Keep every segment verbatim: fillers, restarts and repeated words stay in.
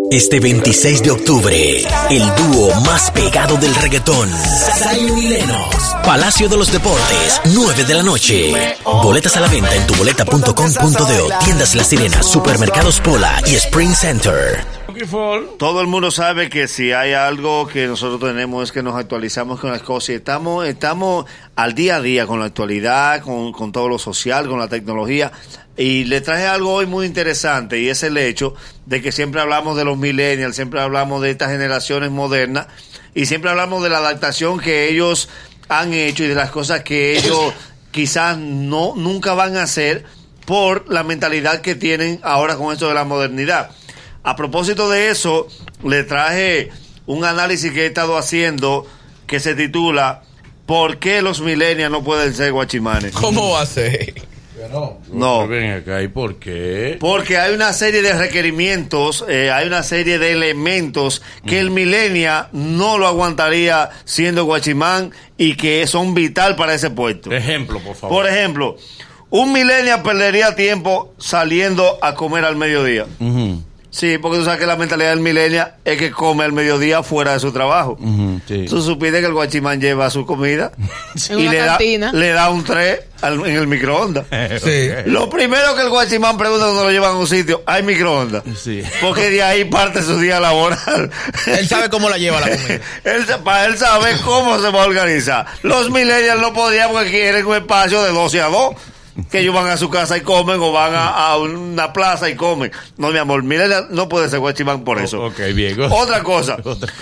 Este veintiséis de octubre, el dúo más pegado del reggaetón, Zion y Lennox, Palacio de los Deportes, nueve de la noche. Boletas a la venta en tuboleta punto com punto do, tiendas La Sirena, supermercados Pola y Spring Center. Todo el mundo sabe que si hay algo que nosotros tenemos es que nos actualizamos con las cosas y estamos, estamos al día a día con la actualidad, con, con todo lo social, con la tecnología. Y le traje algo hoy muy interesante y es el hecho de que siempre hablamos de los millennials, siempre hablamos de estas generaciones modernas y siempre hablamos de la adaptación que ellos han hecho y de las cosas que ellos quizás no nunca van a hacer por la mentalidad que tienen ahora con esto de la modernidad. A propósito de eso, le traje un análisis que he estado haciendo que se titula ¿Por qué los millennials no pueden ser guachimanes? ¿Cómo va a ser? No. No. Ven acá, ¿y por qué? Porque hay una serie de requerimientos, eh, hay una serie de elementos que el millennial no lo aguantaría siendo guachimán y que son vital para ese puesto. Ejemplo, por favor. Por ejemplo, un millennial perdería tiempo saliendo a comer al mediodía. Uh-huh. Sí, porque tú sabes que la mentalidad del millennial es que come al mediodía fuera de su trabajo. Uh-huh, sí. Tú supiste que el guachimán lleva su comida en y una le da, cantina. le da un tres al, en el microondas. Sí. Lo primero que el guachimán pregunta cuando lo llevan a un sitio, ¿hay microondas? Sí. Porque de ahí parte su día laboral. Él sabe cómo la lleva la comida. él, para él saber cómo se va a organizar. Los millennials no podían porque quieren un espacio de doce a dos. Que ellos van a su casa y comen o van a, a una plaza y comen. No, mi amor, millennial no puede ser guachimán por eso. Ok, bien. Otra cosa.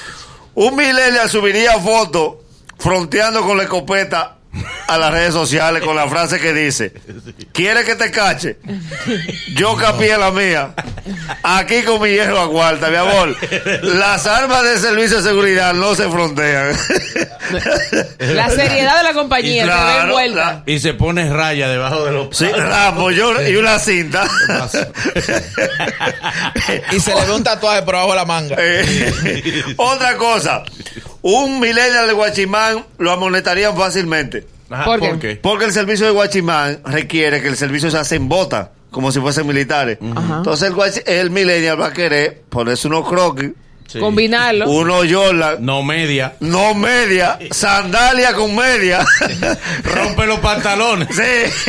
Un millennial subiría fotos fronteando con la escopeta a las redes sociales con la frase que dice: ¿quieres que te cache? Yo capié la mía. Aquí con mi hierro a cuarta, mi amor. Las armas de servicio de seguridad no se frontean. La seriedad de la compañía claro, se ve envuelta. La, y se pone raya debajo de los... Sí, ramo, yo, y una cinta. Y se le ve un tatuaje por abajo de la manga. Eh, otra cosa. Un millennial de guachimán lo amonestarían fácilmente. Ajá, ¿Por qué? ¿por qué? Porque el servicio de guachimán requiere que el servicio se hace en bota, como si fuesen militares. Ajá. Entonces el, guachi, el millennial va a querer ponerse unos croquis, Sí. Combinarlo. unos Jordan, No media. no media, sandalia con media. Rompe los pantalones. Sí.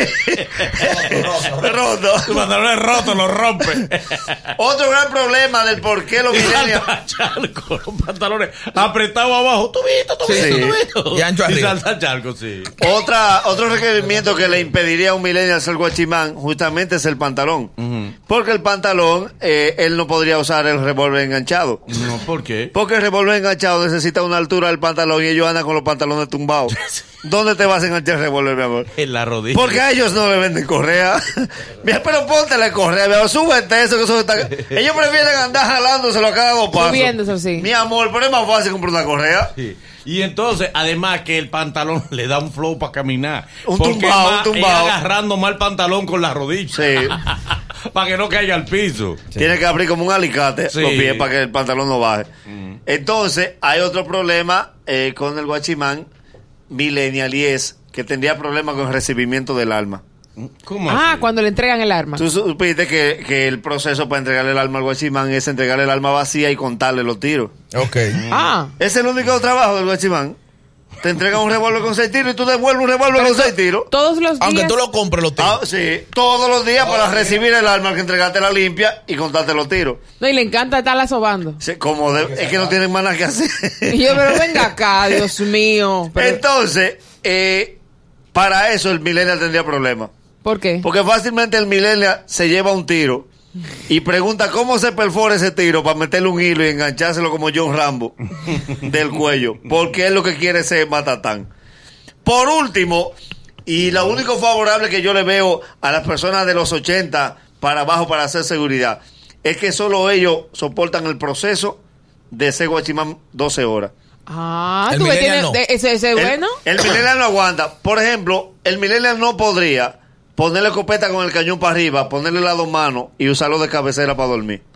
Roto. Los pantalones rotos, los rompe. Otro gran problema del por qué los Y millennials... salta charco, los pantalones apretados abajo. ¿Tú viste, tú viste, Sí. tú viste? Y ancho Y arriba. salta charco, sí. Otra, otro requerimiento que le impediría a un millennial ser guachimán justamente es el pantalón. Uh-huh. Porque el pantalón, eh, él no podría usar el revólver enganchado. No, ¿por qué? Porque el revólver enganchado necesita una altura del pantalón y ellos andan con los pantalones tumbados. ¿Dónde te vas a enganchar el revólver, mi amor? En la rodilla. Porque a ellos no le venden correa. Mira, pero póntele correa, mi amor, súbete eso, que eso está... Ellos prefieren andar jalándoselo a cada dos pasos. Subiéndose, sí. Mi amor, pero es más fácil comprar una correa. Sí. Y entonces, además que el pantalón le da un flow para caminar. Un porque tumbao, va, un tumbao. es agarrando mal el pantalón con la rodilla. Sí. Para que no caiga al piso. Sí. Tiene que abrir como un alicate Sí. los pies para que el pantalón no baje. Mm. Entonces, hay otro problema eh, con el guachimán millennial y es que tendría problemas con el recibimiento del arma. ¿Cómo Ah, así? cuando le entregan el arma. Tú supiste que, que el proceso para entregarle el arma al guachimán es entregarle el arma vacía y contarle los tiros. Ok. Ah. Es el único trabajo del guachimán. Te entregan un revólver con seis tiros y tú devuelves un revólver con seis tiros. Todos los días. Aunque tú lo compres, lo Ah, tienes. sí, todos los días para recibir el arma que entregarte la limpia y contarte los tiros. No, y le encanta estarla sobando. Sí, como de- es que no tienen más nada que hacer. Y yo, pero venga acá, Dios mío. Pero, Entonces, eh, para eso el millennial tendría problemas. ¿por qué? Porque fácilmente el millennial se lleva un tiro y pregunta cómo se perfora ese tiro para meterle un hilo y enganchárselo como John Rambo del cuello. Porque él lo que quiere es ser matatán. Por último, y lo único favorable que yo le veo a las personas de los ochenta para abajo para hacer seguridad, es que solo ellos soportan el proceso de ser guachimán doce horas. Ah, El tú ves, millennial tiene, no. de- ese, ese es El, bueno. el millennial no aguanta. Por ejemplo, el millennial no podría ponerle escopeta con el cañón para arriba, ponerle las dos manos y usarlo de cabecera para dormir.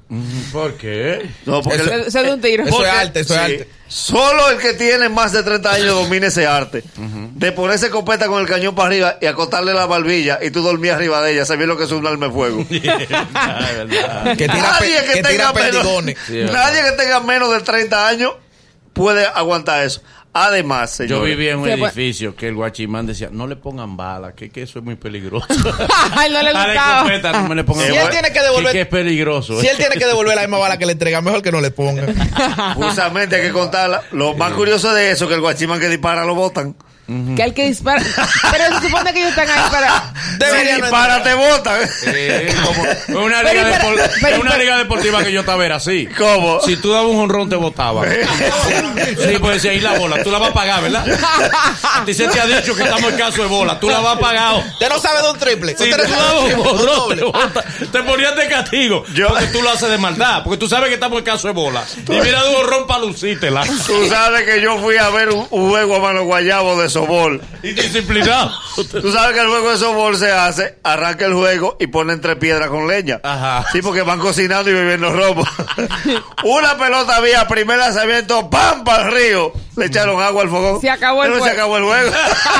¿Por qué? No, porque Eso- el- Se, se da un tiro. Eso porque- es arte, eso es sí, arte. Solo el que tiene más de treinta años domina ese arte. De ponerse escopeta con el cañón para arriba y acostarle la barbilla y tú dormías arriba de ella. ¿Sabías lo que es un arma de fuego? Ah, verdad. Que tira, Nadie pe- que, que tenga tira menos, perdigones. Sí, es nadie que tenga menos de treinta años puede aguantar eso. Además, Yo señores, vivía en un Sí, pues. edificio que el guachimán decía, no le pongan balas, que, que eso es muy peligroso. Ay, no le A la gustaba. escopeta no me le pongan Si él balas. tiene que devolver- Que, que es peligroso. Si él tiene que devolver la misma bala que le entrega, mejor que no le ponga. justamente hay que contarla. Lo más curioso de eso es que el guachimán que dispara lo botan. Que el que dispara. Pero se supone que ellos están ahí para. Debería Si no dispara, te botan. Eh, como- es una, Pero, liga, pero, depor- pero, es una pero- liga deportiva que yo estaba era así. ¿Cómo? Si tú dabas un jonrón te botaban. Sí, pues decía, ahí la bola, tú la vas a pagar, ¿verdad? A ti se te ha dicho que estamos en caso de bola, tú la vas a pagar. Usted no sabe de un triple. Si Usted tú no sabe dabas de un un triple, un jonrón, te, doble. bota- te ponías de castigo. Yo- Porque tú lo haces de maldad. Porque tú sabes que estamos en caso de bola. Y mira de un jonrón para lucírtela. Tú sabes que yo fui a ver un, un juego a mano guayabo de sobol. Y disciplinado. Tú sabes que el juego de sobol se hace, arranca el juego y ponen tres piedras con leña. Ajá. Sí, porque van cocinando y bebiendo robo. Una pelota había, primer lanzamiento, ¡pam! para el río. Le echaron agua al fogón. Se acabó el Pero se juego. acabó el juego.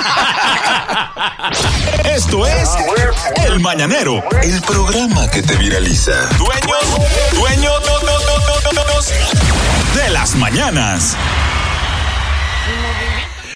Esto es El Mañanero, el programa que te viraliza. Dueños, dueños de las mañanas.